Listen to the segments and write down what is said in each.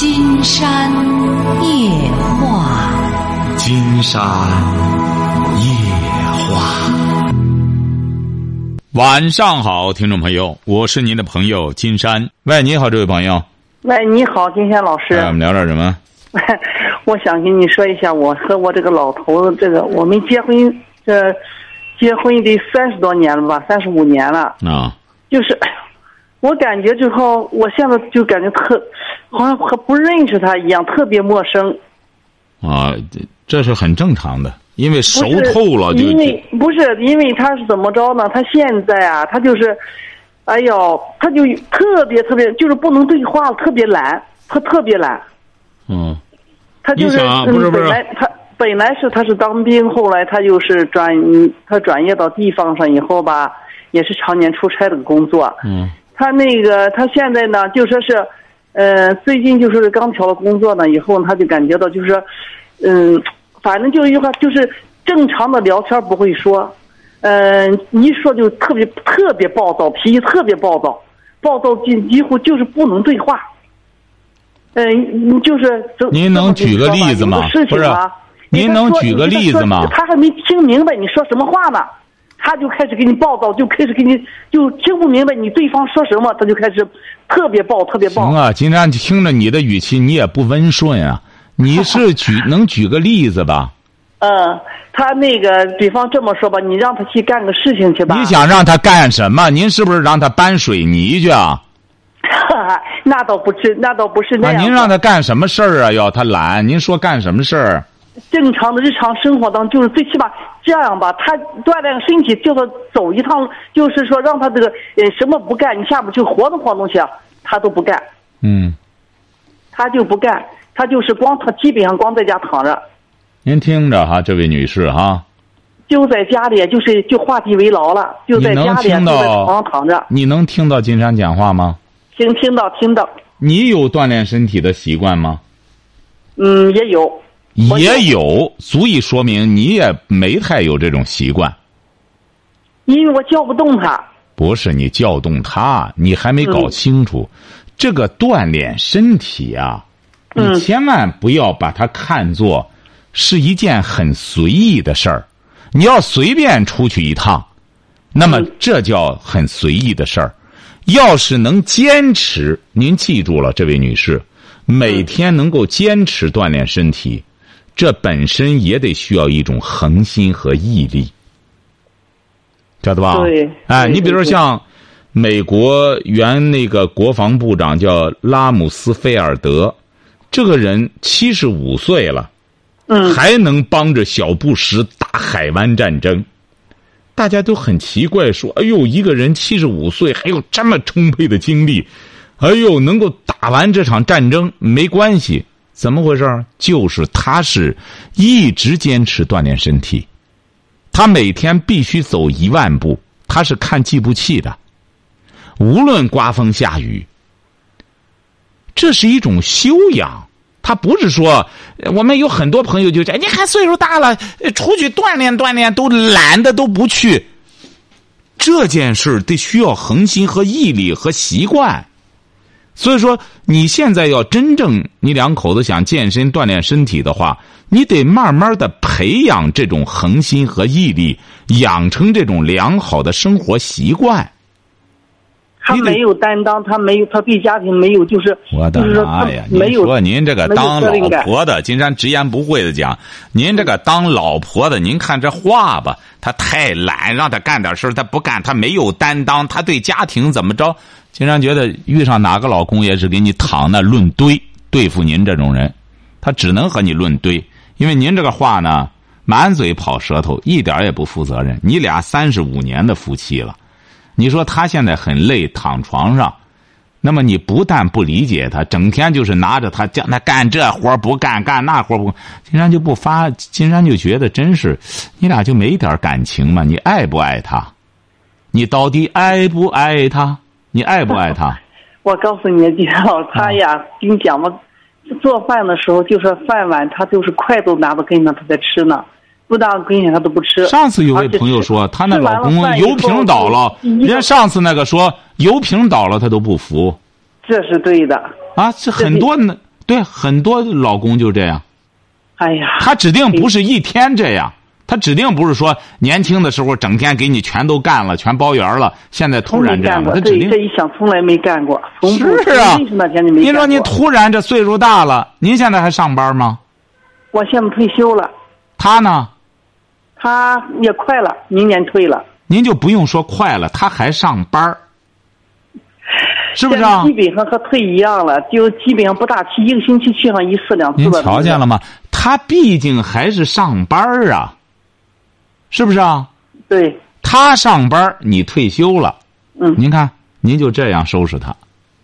金山夜话， 金山夜话。 晚上好，听众朋友，我是您的朋友金山。喂，你好，这位朋友。 喂，你好，金山老师。 我们聊点什么？ 我想跟你说一下，我和我这个老头子，我们结婚得30多年了吧，35年了啊。 就是我感觉之后，我现在就感觉好像和不认识他一样，特别陌生。 啊，这是很正常的，因为熟透了就。 因为他是怎么着呢？他现在啊，他就是，哎呦，他就特别就是不能对话，特别懒，他特别懒。 嗯。 他就是本来他是当兵，后来他就是转业到地方上以后吧，也是常年出差的工作。 嗯。 他现在呢，就说是，最近就是刚调了工作呢，以后他就感觉到就是，反正就一句话，就是正常的聊天不会说，你一说就特别暴躁，脾气特别暴躁几乎就是不能对话。就是您能举个例子吗？不是，您能举个例子吗？ 他还没听明白你说什么话呢，他就开始给你暴躁，就开始给你就听不明白你对方说什么，他就开始特别暴。行啊，今天听着你的语气，你也不温顺啊。你是能举个例子吧？ 他比方这么说吧，你让他去干个事情去吧。 你想让他干什么？您是不是让他搬水泥去啊？ 那倒不是那样。 您让他干什么事儿啊？要他懒，您说干什么事儿？ 正常的日常生活当中，就是最起码这样吧，他锻炼身体，叫他走一趟，就是说让他这个什么不干，你下边去活动去，他都不干。他就不干，他就是他基本上光在家躺着。您听着哈，这位女士哈， 就在家里，就画地为牢了，就在家里就在床上躺着。 你能听到金山讲话吗？ 听到。 你有锻炼身体的习惯吗？ 也有， 足以说明你也没太有这种习惯。 因为我叫不动他。 不是你叫动他，你还没搞清楚，这个锻炼身体啊，你千万不要把它看作是一件很随意的事儿。你要随便出去一趟，那么这叫很随意的事儿。要是能坚持，您记住了，这位女士，每天能够坚持锻炼身体，这本身也得需要一种恒心和毅力，晓得吧？ 对。 你比如说像美国原国防部长叫拉姆斯菲尔德，这个人75岁了，还能帮着小布什打海湾战争。大家都很奇怪，说：“哎呦，一个人75岁还有这么充沛的精力，哎呦，能够打完这场战争没关系，怎么回事？就是他是一直坚持锻炼身体，他每天必须走1万步，他是看计步器的，无论刮风下雨，这是一种修养。”他不是说，我们有很多朋友就讲，你看岁数大了，出去锻炼都懒得都不去。这件事得需要恒心和毅力和习惯。所以说，你现在要真正你两口子想健身锻炼身体的话，你得慢慢的培养这种恒心和毅力，养成这种良好的生活习惯。 他没有担当，他对家庭没有，就是我的妈呀！你说您这个当老婆的，金山直言不讳的讲，您这个当老婆的，您看这话吧，他太懒，让他干点事他不干，他没有担当，他对家庭怎么着？金山觉得遇上哪个老公也是给你躺那论堆，对付您这种人，他只能和你论堆，因为您这个话呢，满嘴跑舌头，一点也不负责任。你俩35年的夫妻了。你说他现在很累，躺床上，那么你不但不理解他，整天就是拿着他叫他干这活不干，干那活不，金山就不发，金山就觉得真是，你俩就没点感情吗？你爱不爱他？你到底爱不爱他？你爱不爱他？ 我告诉你，他呀，跟你讲吧，做饭的时候就是饭碗，他就是筷子拿到跟上，他在吃呢。不大跟前他都不吃。 上次有位朋友说，他那老公油瓶倒了，人家上次那个说油瓶倒了他都不服。 这是对的啊，这很多呢， 对，很多老公就这样。 哎呀， 他指定不是一天这样，他指定不是说年轻的时候整天给你全都干了，全包圆了，现在突然这样。他指定这一想从来没干过。 是啊，您说您突然这岁数大了，您现在还上班吗？ 我现在退休了。 他呢？ 他也快了，明年退了。 您就不用说快了，他还上班，是不是啊？ 基本上和退一样了，就基本上不大去，一个星期去上1次2次。 您瞧见了吗？他毕竟还是上班啊，是不是啊？ 对。 他上班，你退休了。您看，您就这样收拾他。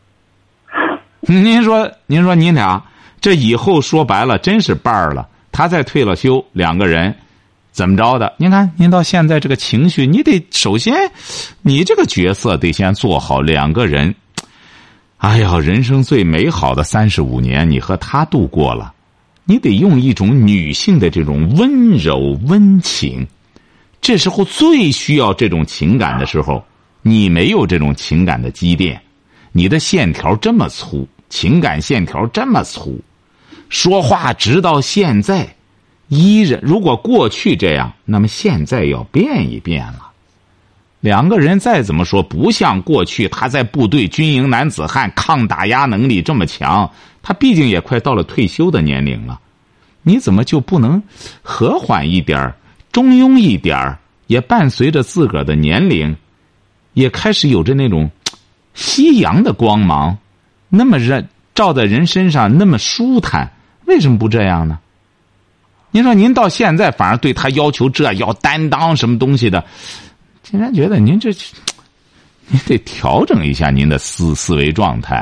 您说您俩这以后说白了真是伴儿了。他再退了休，两个人怎么着的？您看，您到现在这个情绪，你得首先，你这个角色得先做好。两个人，哎呀，人生最美好的35年，你和他度过了，你得用一种女性的这种温柔温情。这时候最需要这种情感的时候，你没有这种情感的积淀，你的线条这么粗，情感线条这么粗，说话直到现在依然，如果过去这样，那么现在要变一变了。两个人再怎么说不像过去他在部队军营男子汉，抗打压能力这么强，他毕竟也快到了退休的年龄了，你怎么就不能和缓一点，中庸一点，也伴随着自个儿的年龄也开始有着那种夕阳的光芒，那么照在人身上那么舒坦，为什么不这样呢？您说您到现在反而对他要求这要担当什么东西的，竟然觉得您得调整一下您的思维状态。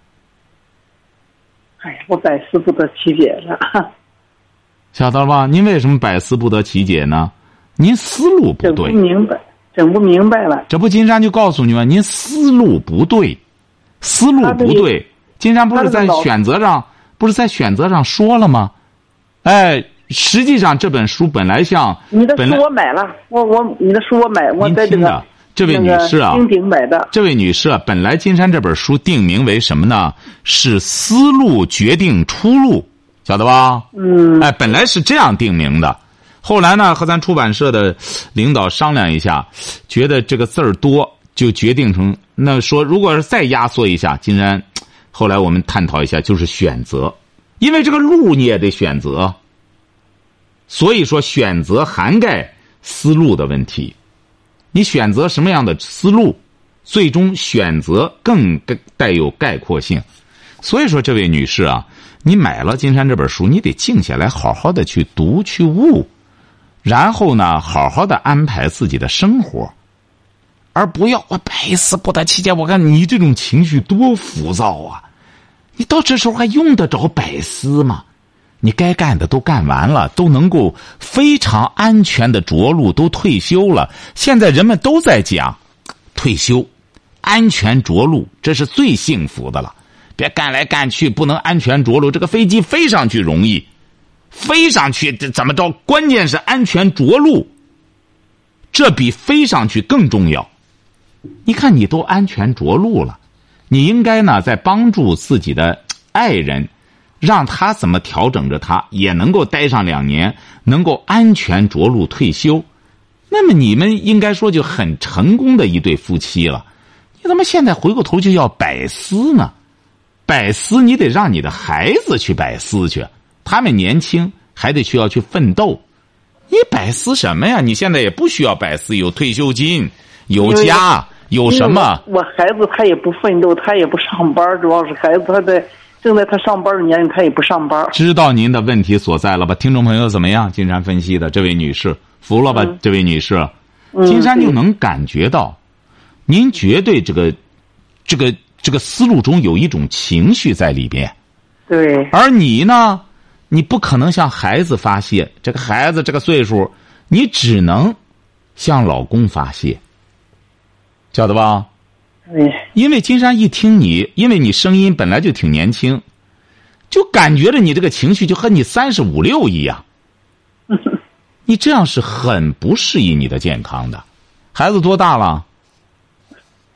哎，我百思不得其解了。 晓得了吧？您为什么百思不得其解呢？您思路不对， 整不明白了。 这不金山就告诉你吗？您思路不对，思路不对。金山不是在选择上说了吗？哎，实际上这本书本来像你的书我买了，你的书我买，我在这位女士啊， 丁丁买的。 这位女士啊，本来金山这本书定名为什么呢？是思路决定出路，晓得吧？哎，本来是这样定名的。后来呢，和咱出版社的领导商量一下，觉得这个字儿多，就决定成那说，如果是再压缩一下，金山后来我们探讨一下，就是选择，因为这个路你也得选择，所以说选择涵盖思路的问题。你选择什么样的思路，最终选择更带有概括性。所以说，这位女士啊，你买了金山这本书，你得静下来，好好的去读去悟，然后呢，好好的安排自己的生活，而不要我百思不得其解。我看你这种情绪多浮躁啊！你到这时候还用得着百思吗？你该干的都干完了，都能够非常安全的着陆，都退休了。现在人们都在讲退休安全着陆，这是最幸福的了。别干来干去不能安全着陆，这个飞机飞上去容易，飞上去怎么着，关键是安全着陆，这比飞上去更重要。你看你都安全着陆了，你应该呢在帮助自己的爱人，让他怎么调整着他也能够待上2年，能够安全着陆退休，那么你们应该说就很成功的一对夫妻了。你怎么现在回过头就要百思呢？百思你得让你的孩子去百思去，他们年轻还得需要去奋斗。你百思什么呀？你现在也不需要百思，有退休金，有家，有什么？ 我孩子他也不奋斗，他也不上班，主要是孩子正在他上班的年龄，他也不上班。知道您的问题所在了吧？听众朋友怎么样？金山分析的这位女士服了吧？这位女士，金山就能感觉到，您绝对这个思路中有一种情绪在里边。 对。 而你呢，你不可能向孩子发泄，这个孩子这个岁数，你只能向老公发泄，晓得吧？因为金山一听你，因为你声音本来就挺年轻，就感觉着你这个情绪就和你35、6一样，你这样是很不适宜你的健康的。孩子多大了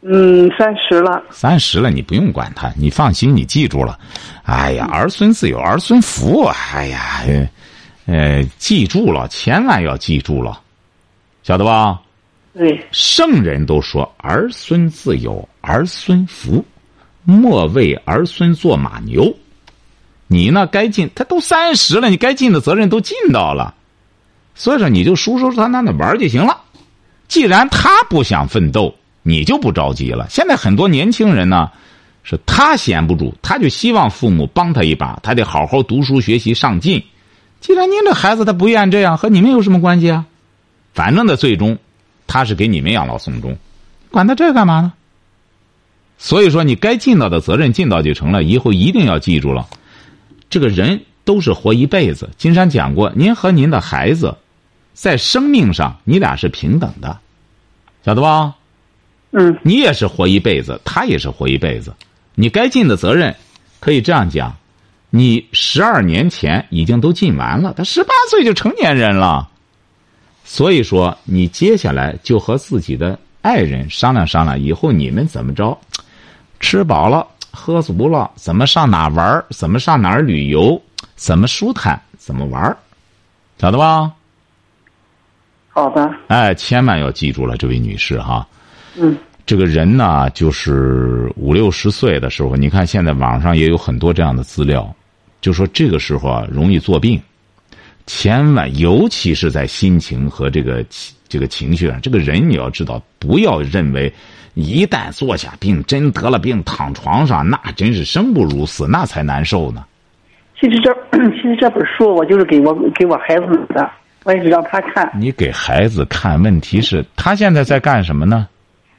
30了。 30了，你不用管他，你放心，你记住了。哎呀，儿孙自有儿孙福。哎呀，记住了，千万要记住了，晓得吧？ 对。 圣人都说儿孙自有儿孙福，莫为儿孙做马牛。你呢，该尽，他都30了，你该尽的责任都尽到了，所以说你就舒舒坦坦的玩就行了。既然他不想奋斗，你就不着急了。现在很多年轻人呢，是他闲不住，他就希望父母帮他一把，他得好好读书学习上进。既然您这孩子他不愿这样，和你们有什么关系啊？反正的最终他是给你们养老送终，管他这干嘛呢？所以说你该尽到的责任尽到就成了，以后一定要记住了，这个人都是活一辈子。金山讲过，您和您的孩子在生命上你俩是平等的，晓得吧？你也是活一辈子，他也是活一辈子。你该尽的责任可以这样讲，你12年前已经都尽完了，他18岁就成年人了。所以说你接下来就和自己的爱人商量商量，以后你们怎么着，吃饱了喝足了，怎么上哪玩，怎么上哪儿旅游，怎么舒坦怎么玩，晓得吧？ 好的。 哎，千万要记住了，这位女士哈。这个人呢，就是50、60岁的时候，你看现在网上也有很多这样的资料，就说这个时候啊容易作病，千万，尤其是在心情和这个情绪上，这个人你要知道，不要认为一旦坐下病，真得了病躺床上，那真是生不如死，那才难受呢。 其实这本书我就是给我孩子买的，我也是让他看。 你给孩子看，问题是他现在在干什么呢？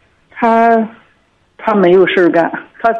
他没有事干，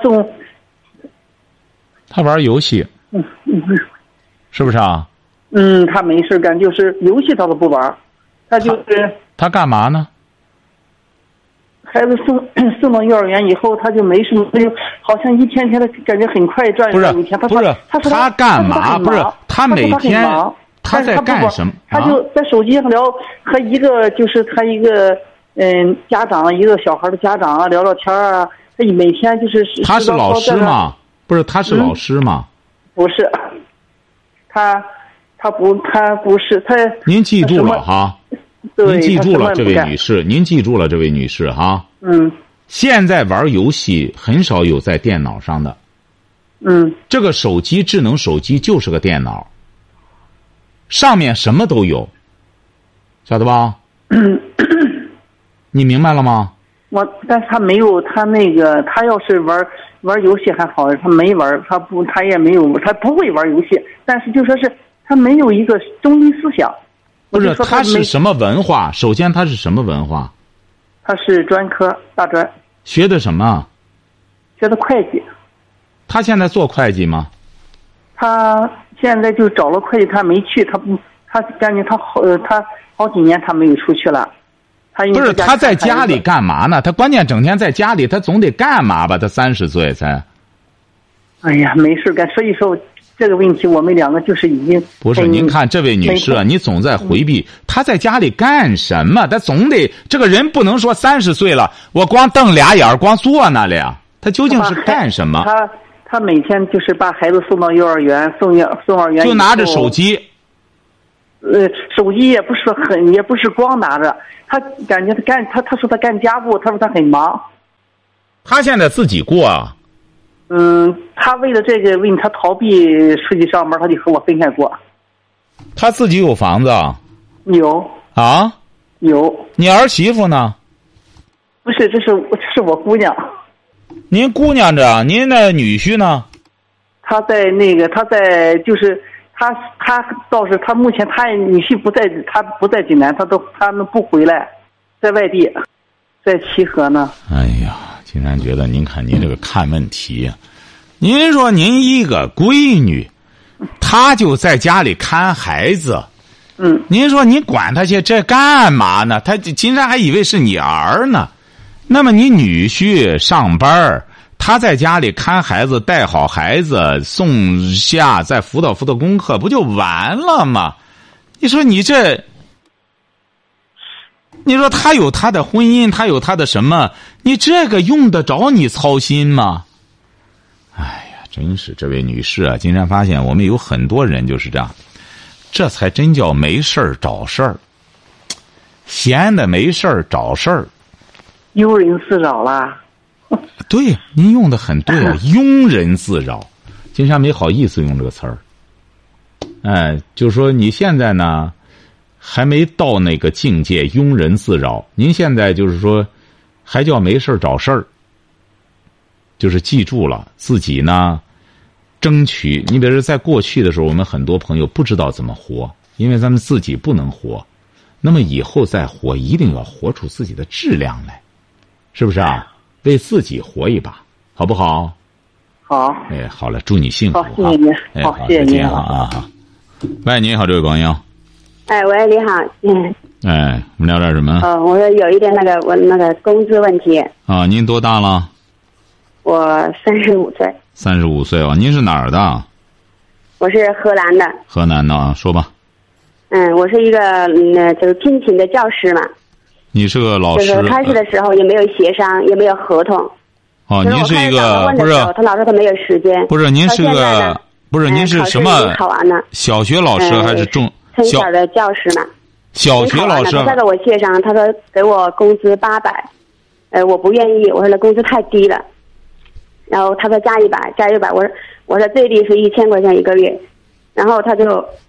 他玩游戏。是不是啊？ 他没事干，就是游戏他都不玩，他就是他干嘛呢？ 孩子送到幼儿园以后，他就没什么，好像一天天的感觉很快转悠一天。 不是他干嘛？不是他每天他在干什么？ 他就在手机上聊，和一个就是他一个家长，一个小孩的家长啊聊聊天啊。他每天就是他是老师吗？不是，他是老师吗？ 不是，他不是他。 您记住了哈。您记住了，这位女士，您记住了，这位女士哈。现在玩游戏很少有在电脑上的。这个手机，智能手机就是个电脑，上面什么都有，晓得吧？你明白了吗？ 但是他没有，他要是玩游戏还好，他没玩，他也没有，他不会玩游戏，但是就说是他没有一个中心思想。 不是，他是什么文化？首先他是什么文化？ 他是专科大专。 学的什么？ 学的会计。 他现在做会计吗？ 他现在就找了会计，他没去，他感觉他好几年他没有出去了。 不是，他在家里干嘛呢？他关键整天在家里，他总得干嘛吧？他30岁才。 哎呀，没事干。所以说这个问题，我们两个就是已经不是。您看这位女士啊，你总在回避。他在家里干什么？他总得，这个人不能说30岁了，我光瞪俩眼，光坐那里啊。他究竟是干什么？ 他每天就是把孩子送到幼儿园，送幼儿园就拿着手机。 手机也不是光拿着，他感觉他说他干家务，他说他很忙。 他现在自己过啊。 他为了这个问他逃避出去上班，他就和我分开过。 他自己有房子啊？ 有啊？ 有。你儿媳妇呢？ 不是，这是我姑娘。 您姑娘这，您的女婿呢？ 他在就是他倒是他目前他女婿不在济南，他们不回来，在外地，在齐河呢。 哎呀，竟然觉得您看您这个看问题呀，您说您一个闺女，她就在家里看孩子，您说你管她些这干嘛呢？她金山还以为是你儿呢。那么你女婿上班，他在家里看孩子，带好孩子，送下，再辅导功课，不就完了吗？你说你这， 你说他有他的婚姻，他有他的什么？你这个用得着你操心吗？哎呀，真是这位女士啊！金山发现我们有很多人就是这样，这才真叫没事儿找事儿，闲的没事儿找事儿， 庸人自扰啦。 对，您用的很对啊，庸人自扰。金山没好意思用这个词儿。哎，就是说你现在呢，还没到那个境界，庸人自扰。您现在就是说，还叫没事找事儿。就是记住了，自己呢，争取。你比如说，在过去的时候，我们很多朋友不知道怎么活，因为咱们自己不能活。那么以后再活，一定要活出自己的质量来，是不是啊？为自己活一把，好不好？ 好。 哎，好了，祝你幸福。 好，谢谢您。 哎， 好，谢谢您啊！好。喂，你好，这位朋友。 哎，喂，你好， 哎，我们聊点什么？ 我说有一点我那个工资问题。 啊，您多大了？ 我35岁。 35岁哦，您是哪儿的？ 我是河南的。 河南的，说吧。 我是一个就是聘请的教师嘛。 你是个老师。 就是开始的时候也没有协商，也没有合同。 哦，您是一个不是？ 他老说他没有时间。 不是，您是个不是？您是什么？ 考完了。 小学老师还是中？ 很小的教师嘛。 小学老师。 他在给我协商，他说给我工资800，我不愿意，我说那工资太低了。然后他说加100，我说最低是1000块钱一个月，然后他就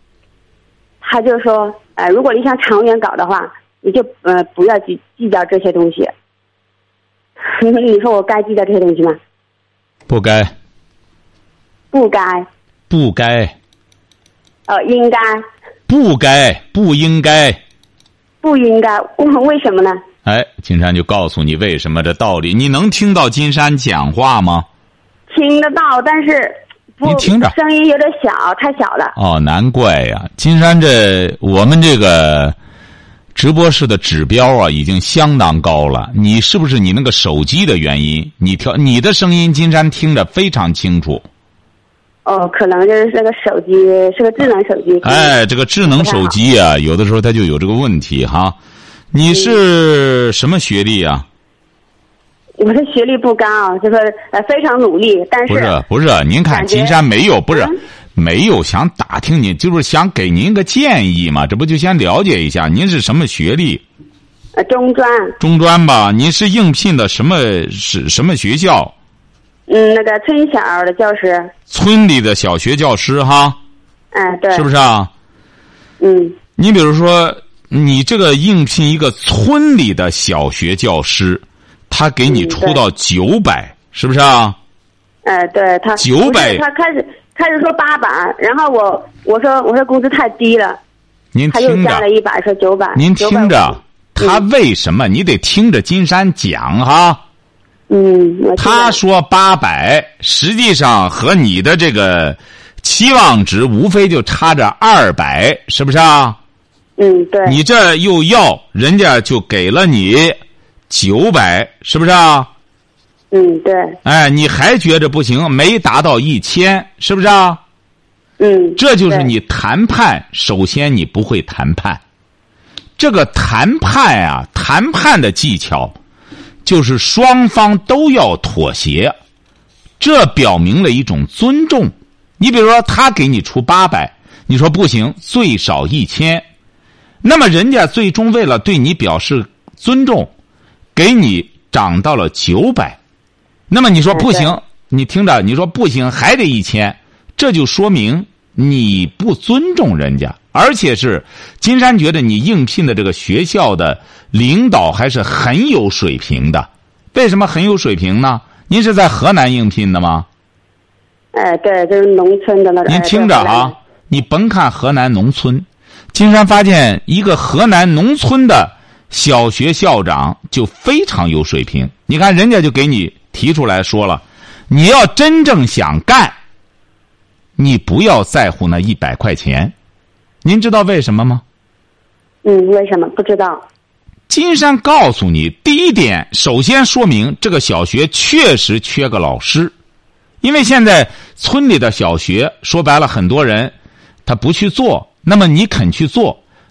说，如果你想长远搞的话，你就不要计较这些东西。你说我该计较这些东西吗？ 不该。 不该。 不该。 应该。 不该，不应该。 不应该，为什么呢？ 哎，金山就告诉你为什么这道理。你能听到金山讲话吗？ 听得到，但是你听着， 声音有点小，太小了。 哦，难怪呀！金山我们这个直播室的指标啊，已经相当高了。你是不是你那个手机的原因？你的声音，金山听着非常清楚。 哦，可能就是这个手机是个智能手机。 哎，这个智能手机啊，有的时候它就有这个问题哈。你是什么学历啊？ 我是学历不高，就是非常努力，但是不是，您看金山没有没有想打听您，就是想给您个建议嘛，这不就先了解一下您是什么学历？ 中专。中专吧？您是应聘的什么学校？ 那个村小的教师。 村里的小学教师哈。 对。 是不是啊？你比如说，你这个应聘一个村里的小学教师，他给你出到900，是不是啊？ 对，他 900， 他开始说800，然后我说工资太低了， 您听着， 他又加了100，说900。 您听着，他为什么？你得听着金山讲哈。他说800，实际上和你的这个期望值无非就差着200，是不是啊？ 对。 你这又要人家就给了你900，是不是啊？ 对。 哎，你还觉着不行，没达到1000，是不是啊？这就是你谈判，首先你不会谈判。这个谈判啊，谈判的技巧就是双方都要妥协，这表明了一种尊重。你比如说他给你出800，你说不行，最少1000，那么人家最终为了对你表示尊重，给你涨到了900，那么你说不行，你听着，你说不行还得1000，这就说明你不尊重人家。而且是金山觉得你应聘的这个学校的领导还是很有水平的。为什么很有水平呢？您是在河南应聘的吗？ 对，就是农村的那个。 您听着啊，你甭看河南农村，金山发现一个河南农村的小学校长就非常有水平。你看人家就给你提出来说了，你要真正想干，你不要在乎那100块钱。您知道为什么吗？ 为什么？不知道。 金山告诉你，第一点，首先说明这个小学确实缺个老师。因为现在村里的小学说白了，很多人他不去做，那么你肯去做，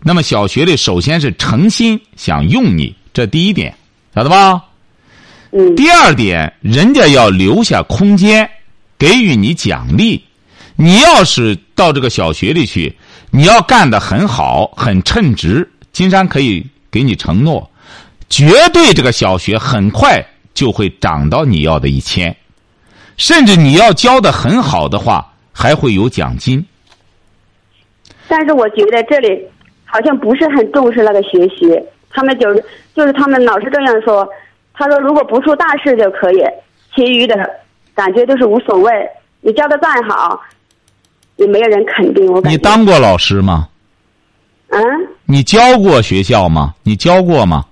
那么小学里首先是诚心想用你，这第一点，晓得吧？第二点，人家要留下空间，给予你奖励。你要是到这个小学里去，你要干得很好，很称职，金山可以给你承诺，绝对这个小学很快就会涨到你要的1000，甚至你要教得很好的话，还会有奖金。 但是我觉得这里好像不是很重视那个学习，他们就是他们老师这样说，他说如果不出大事就可以，其余的感觉都是无所谓，你教的再好也没有人肯定。我感觉你当过老师吗？你教过学校吗？你教过吗？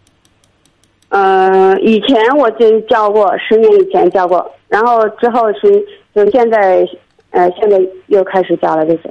以前我就教过，10年以前教过，然后之后就现在又开始教了这些。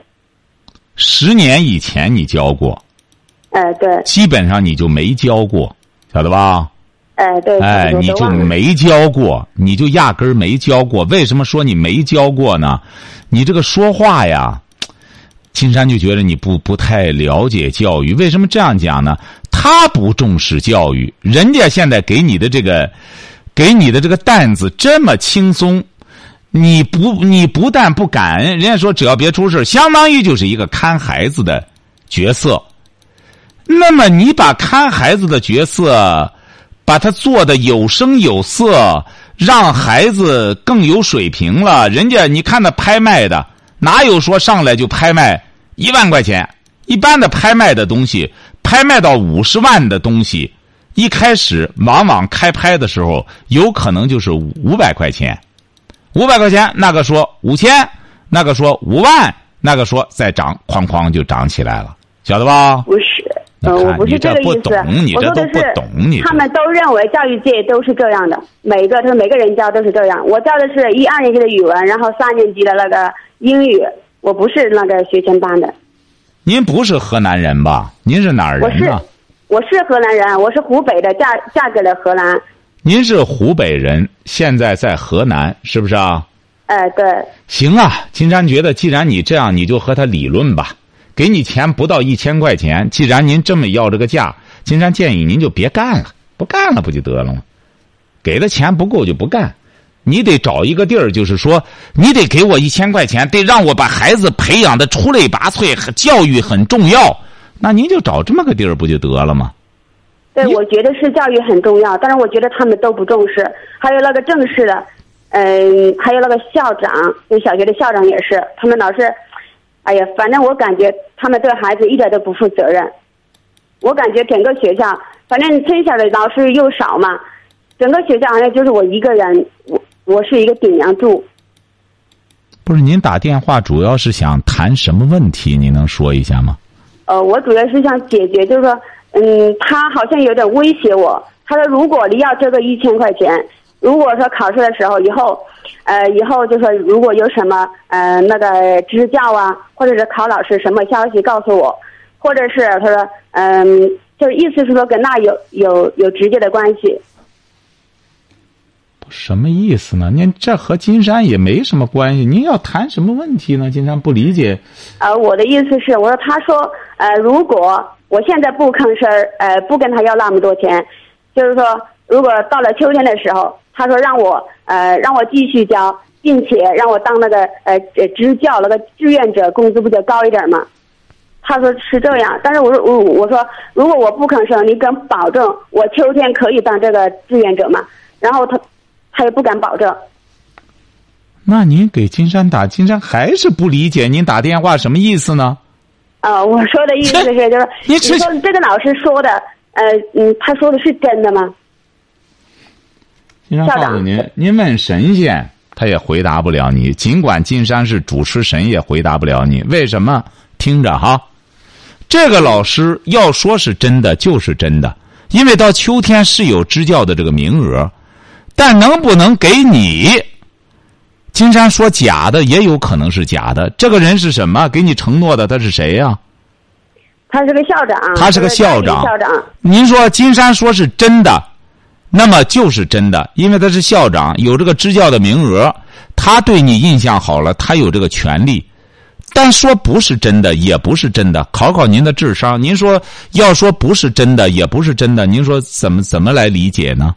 10年以前你教过？ 对。 基本上你就没教过，晓得吧？ 对。 你就没教过，你就压根儿没教过。为什么说你没教过呢？你这个说话呀，金山就觉得你不太了解教育。为什么这样讲呢？他不重视教育，人家现在给你的这个担子这么轻松，你不但不敢，人家说只要别出事，相当于就是一个看孩子的角色。那么你把看孩子的角色把它做得有声有色，让孩子更有水平了。人家你看那拍卖的，哪有说上来就拍卖1万块钱？一般的拍卖的东西，拍卖到50万的东西，一开始往往开拍的时候有可能就是500块钱，500块钱，那个说5000，那个说5万，那个说再涨，哐哐就涨起来了，晓得吧？ 不是。我不是这个意思， 你这都不懂， 他们都认为教育界都是这样的，每个人教都是这样。我教的是1、2年级的语文，然后3年级的那个英语，我不是那个学前班的。 您不是河南人吧？您是哪儿人呢？ 我是河南人，我是湖北的，嫁给了河南。 您是湖北人，现在在河南，是不是啊？ 对。 行啊，金山觉得既然你这样，你就和他理论吧。给你钱不到1000块钱，既然您这么要这个价，金山建议您就别干了，不干了不就得了吗？给的钱不够就不干，你得找一个地儿，就是说你得给我1000块钱，得让我把孩子培养的出类拔萃，教育很重要，那您就找这么个地儿不就得了吗？ 对，我觉得是教育很重要，但是我觉得他们都不重视。还有那个正式的，还有那个校长，就小学的校长也是，他们老是。哎呀，反正我感觉他们对孩子一点都不负责任。我感觉整个学校，反正村小的老师又少嘛，整个学校好像就是我一个人，我是一个顶梁柱。 不是，您打电话主要是想谈什么问题？你能说一下吗？ 我主要是想解决，就是说，他好像有点威胁我。他说，如果你要这个1000块钱，如果说考试的时候以后就说如果有什么那个支教啊，或者是考老师什么消息告诉我，或者是他说就是意思是说跟那有直接的关系。 什么意思呢？您这和金山也没什么关系，您要谈什么问题呢？金山不理解。 我的意思是，我说他说如果我现在不吭声不跟他要那么多钱，就是说如果到了秋天的时候。他说让我继续教，并且让我当那个支教那个志愿者，工资不就高一点吗？他说是这样，但是我说如果我不吭声，你敢保证我秋天可以当这个志愿者吗？然后他也不敢保证。 那您给金山打，金山还是不理解您打电话什么意思呢？ 我说的意思是就是你说这个老师说的他说的是真的吗？ 金山告诉您，您问神仙他也回答不了你，尽管金山是主持神也回答不了你。为什么？听着哈，这个老师要说是真的就是真的，因为到秋天是有支教的这个名额，但能不能给你，金山说假的也有可能是假的。这个人是什么？给你承诺的他是谁呀？ 他是个校长。 他是个校长。您说金山说是真的，那么就是真的，因为他是校长，有这个支教的名额，他对你印象好了，他有这个权利。 但说不是真的，也不是真的。考考您的智商，您说要说不是真的，也不是真的，您说怎么来理解呢？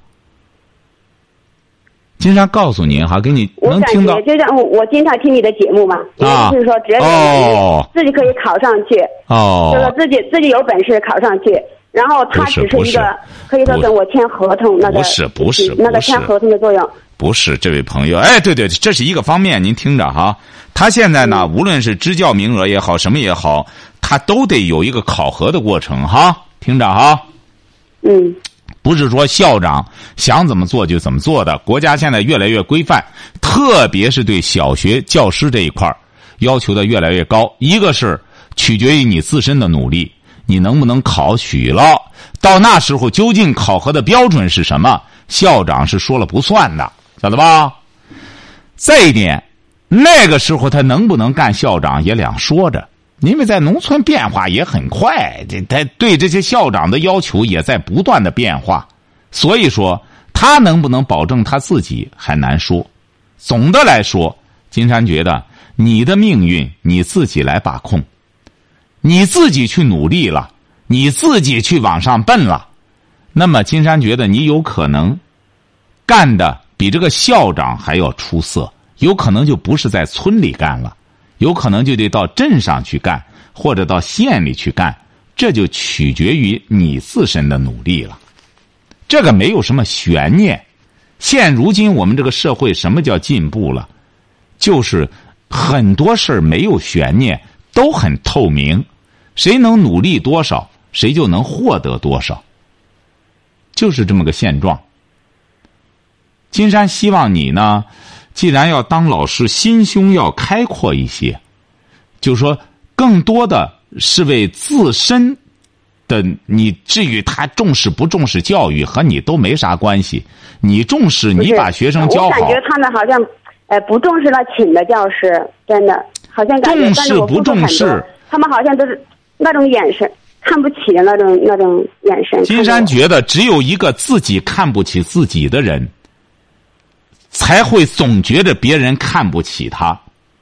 金山告诉您哈，给你能听到。 就像我经常听你的节目嘛，就是说只要自己可以考上去，就是说自己有本事考上去，然后他只是一个可以说跟我签合同那个不是那个签合同的作用。 不是，这位朋友，对，这是一个方面，您听着哈。他现在呢，无论是支教名额也好，什么也好，他都得有一个考核的过程哈。听着哈。不是说校长想怎么做就怎么做的，国家现在越来越规范，特别是对小学教师这一块要求的越来越高。一个是取决于你自身的努力，你能不能考取了，到那时候究竟考核的标准是什么，校长是说了不算的，晓得吧？再一点，那个时候他能不能干校长也两说着，因为在农村变化也很快，他对这些校长的要求也在不断的变化，所以说他能不能保证他自己还难说。总的来说，金山觉得你的命运你自己来把控，你自己去努力了，你自己去往上奔了，那么金山觉得你有可能干的比这个校长还要出色，有可能就不是在村里干了，有可能就得到镇上去干，或者到县里去干，这就取决于你自身的努力了。这个没有什么悬念。现如今我们这个社会什么叫进步了？就是很多事儿没有悬念，都很透明，谁能努力多少，谁就能获得多少，就是这么个现状。金山希望你呢，既然要当老师，心胸要开阔一些，就是说更多的是为自身的，你至于他重视不重视教育和你都没啥关系，你重视你把学生教好。我感觉他们好像不重视了请的教师，真的好像感觉重视不重视， 他们好像都是那种眼神，看不起的那种眼神。 金山觉得只有一个自己看不起自己的人，才会总觉得别人看不起他，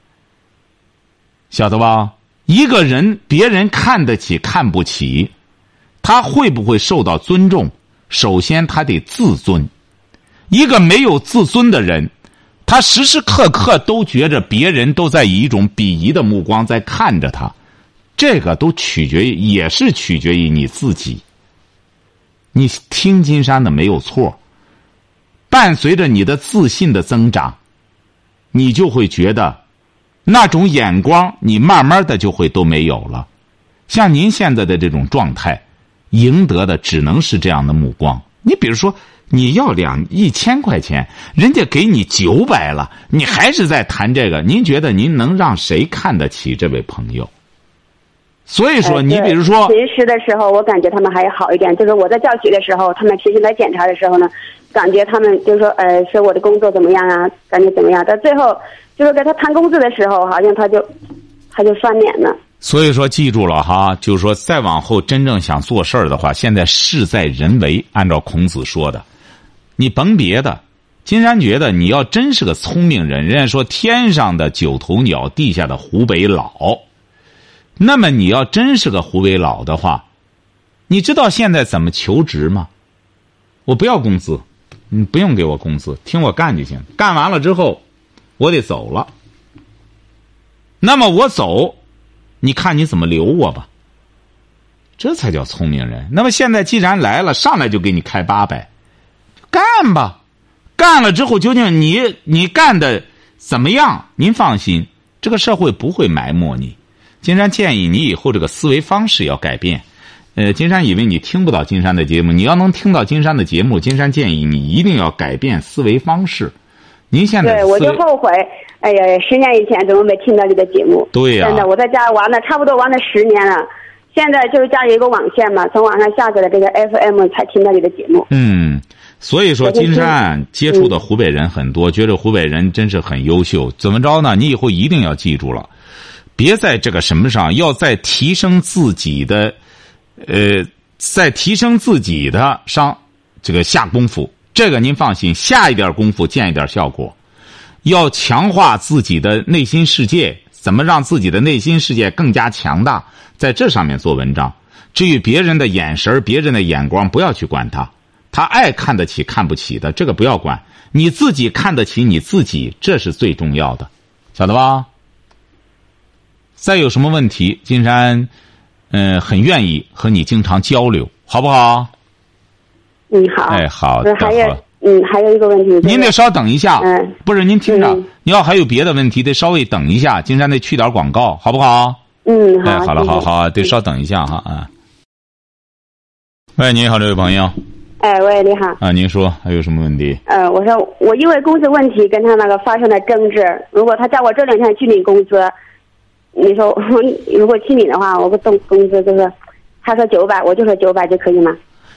晓得吧？一个人别人看得起看不起，他会不会受到尊重？首先他得自尊。一个没有自尊的人，他时时刻刻都觉着别人都在以一种鄙夷的目光在看着他，这个都也是取决于你自己。你听金山的没有错，伴随着你的自信的增长，你就会觉得那种眼光你慢慢的就会都没有了。像您现在的这种状态，赢得的只能是这样的目光。你比如说你要1000块钱，人家给你900了，你还是在谈这个，您觉得您能让谁看得起这位朋友？所以说你比如说平时的时候我感觉他们还好一点，就是我在教学的时候，他们平时来检查的时候呢，感觉他们就是说说我的工作怎么样啊，感觉怎么样，到最后就是给他谈工资的时候，好像他就翻脸了。 所以说记住了哈，就是说再往后真正想做事儿的话，现在事在人为，按照孔子说的，你甭别的，金山觉得你要真是个聪明人，人家说天上的九头鸟，地下的湖北佬，那么你要真是个湖北佬的话，你知道现在怎么求职吗？我不要工资，你不用给我工资，听我干就行，干完了之后我得走了，那么我走，你看你怎么留我吧，这才叫聪明人。那么现在既然来了，上来就给你开800，干吧，干了之后究竟你干的怎么样，您放心，这个社会不会埋没你。金山建议你以后这个思维方式要改变。金山以为你听不到金山的节目，你要能听到金山的节目，金山建议你一定要改变思维方式。您现在对我就后悔，哎呀，10年以前怎么没听到你的节目？ 对呀， 真的，我在家玩了差不多玩了10年了，现在就是家里有一个网线嘛，从网上下载了这个 FM 才听到你的节目。 所以说金山接触的湖北人很多，觉得湖北人真是很优秀。怎么着呢？你以后一定要记住了，别在这个什么上，要在提升自己的在提升自己的上这个下功夫。这个您放心，下一点功夫见一点效果。要强化自己的内心世界， 怎么让自己的内心世界更加强大，在这上面做文章。至于别人的眼神、别人的眼光，不要去管他，他爱看得起看不起的，这个不要管。你自己看得起你自己，这是最重要的，晓得吧？再有什么问题，金山很愿意和你经常交流，好不好？ 好。 哎，好的。 还有一个问题， 您得稍等一下。不是，您听着，你要还有别的问题，得稍微等一下，金山得去点广告，好不好？ 好。 哎，好了，好，得稍等一下哈。喂，你好，这位朋友。 哎，喂，你好。 啊，您说还有什么问题？ 我说我因为工资问题跟他那个发生了争执，如果他叫我这2天去领工资，你说如果去领的话，我不动工资就是，他说900，我就说900就可以吗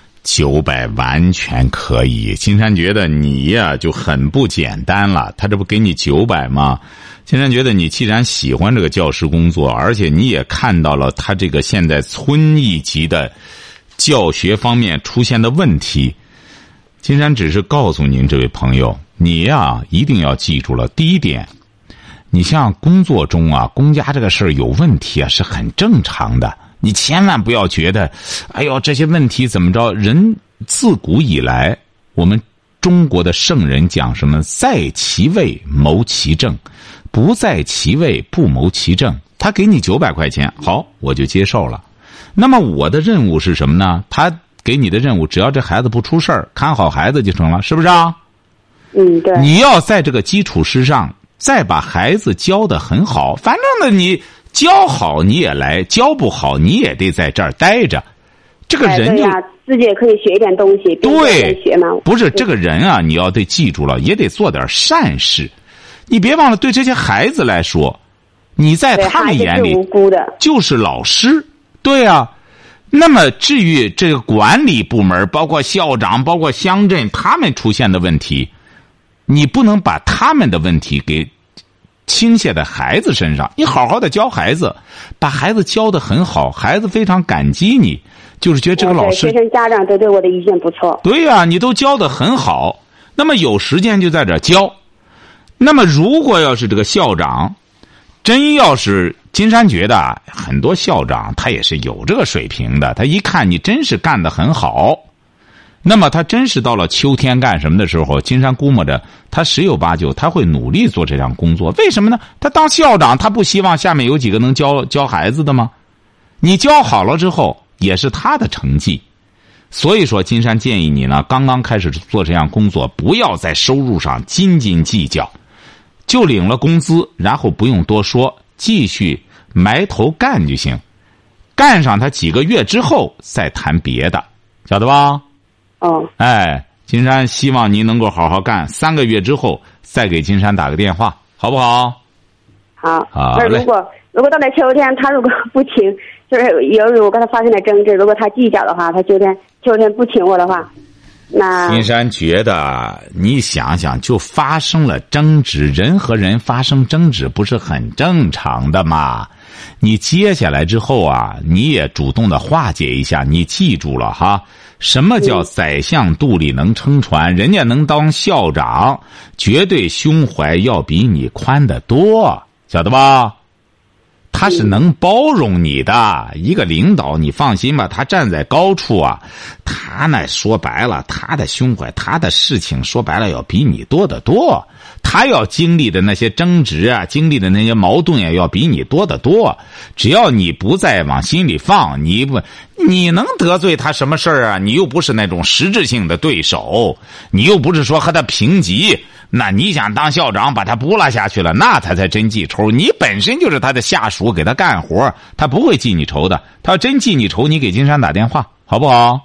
？900完全可以。金山觉得你呀就很不简单了，他这不给你900吗？金山觉得你既然喜欢这个教师工作，而且你也看到了他这个现在村一级的教学方面出现的问题，金山只是告诉您这位朋友，你呀一定要记住了。第一点，你像工作中啊，公家这个事儿有问题啊是很正常的，你千万不要觉得哎呦这些问题怎么着。人自古以来，我们中国的圣人讲什么，在其位谋其政，不在其位不谋其政。他给你900块钱，好，我就接受了。那么我的任务是什么呢？他给你的任务，只要这孩子不出事儿，看好孩子就成了，是不是啊？ 对。 你要在这个基础之上再把孩子教得很好，反正呢你教好你也来，教不好你也得在这儿待着。这个人就自己也可以学一点东西， 对， 学嘛。 不是这个人啊，你要得记住了，也得做点善事。你别忘了，对这些孩子来说，你在他们眼里就是老师。对啊，那么至于这个管理部门，包括校长，包括乡镇，他们出现的问题，你不能把他们的问题给倾泻在孩子身上。你好好的教孩子，把孩子教得很好，孩子非常感激你，就是觉得这个老师， 学生家长都对我的意见不错。 对呀，你都教得很好，那么有时间就在这教。那么如果要是这个校长真要是，金山觉得很多校长他也是有这个水平的，他一看你真是干得很好，那么他真是到了秋天干什么的时候，金山估摸着他10有8九他会努力做这项工作。为什么呢？他当校长，他不希望下面有几个能教孩子的吗？你教好了之后也是他的成绩。所以说金山建议你呢，刚刚开始做这项工作，不要在收入上斤斤计较，就领了工资，然后不用多说，继续埋头干就行。干上他几个月之后再谈别的，晓得吧？哎，金山希望您能够好好干，3个月之后再给金山打个电话，好不好？ 好。 好那如果到了秋天，他如果不请，就是如果跟他发生了争执，如果他计较的话，他秋天不请我的话，那金山觉得你想想，就发生了争执，人和人发生争执不是很正常的吗？你接下来之后啊，你也主动的化解一下。你记住了哈，什么叫宰相肚里能撑船？人家能当校长，绝对胸怀要比你宽得多，晓得吧？他是能包容你的一个领导，你放心吧，他站在高处啊，他呢说白了，他的胸怀，他的事情说白了要比你多得多，他要经历的那些争执啊，经历的那些矛盾啊，要比你多得多。只要你不再往心里放，你能得罪他什么事儿啊？你又不是那种实质性的对手，你又不是说和他平级，那你想当校长把他拨拉下去了，那他才真记仇。你本身就是他的下属，给他干活，他不会记你仇的。他要真记你仇，你给金山打电话，好不好？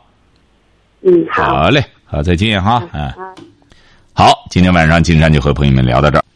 好。 好嘞，好，再见哈。好，今天晚上金山就和朋友们聊到这儿。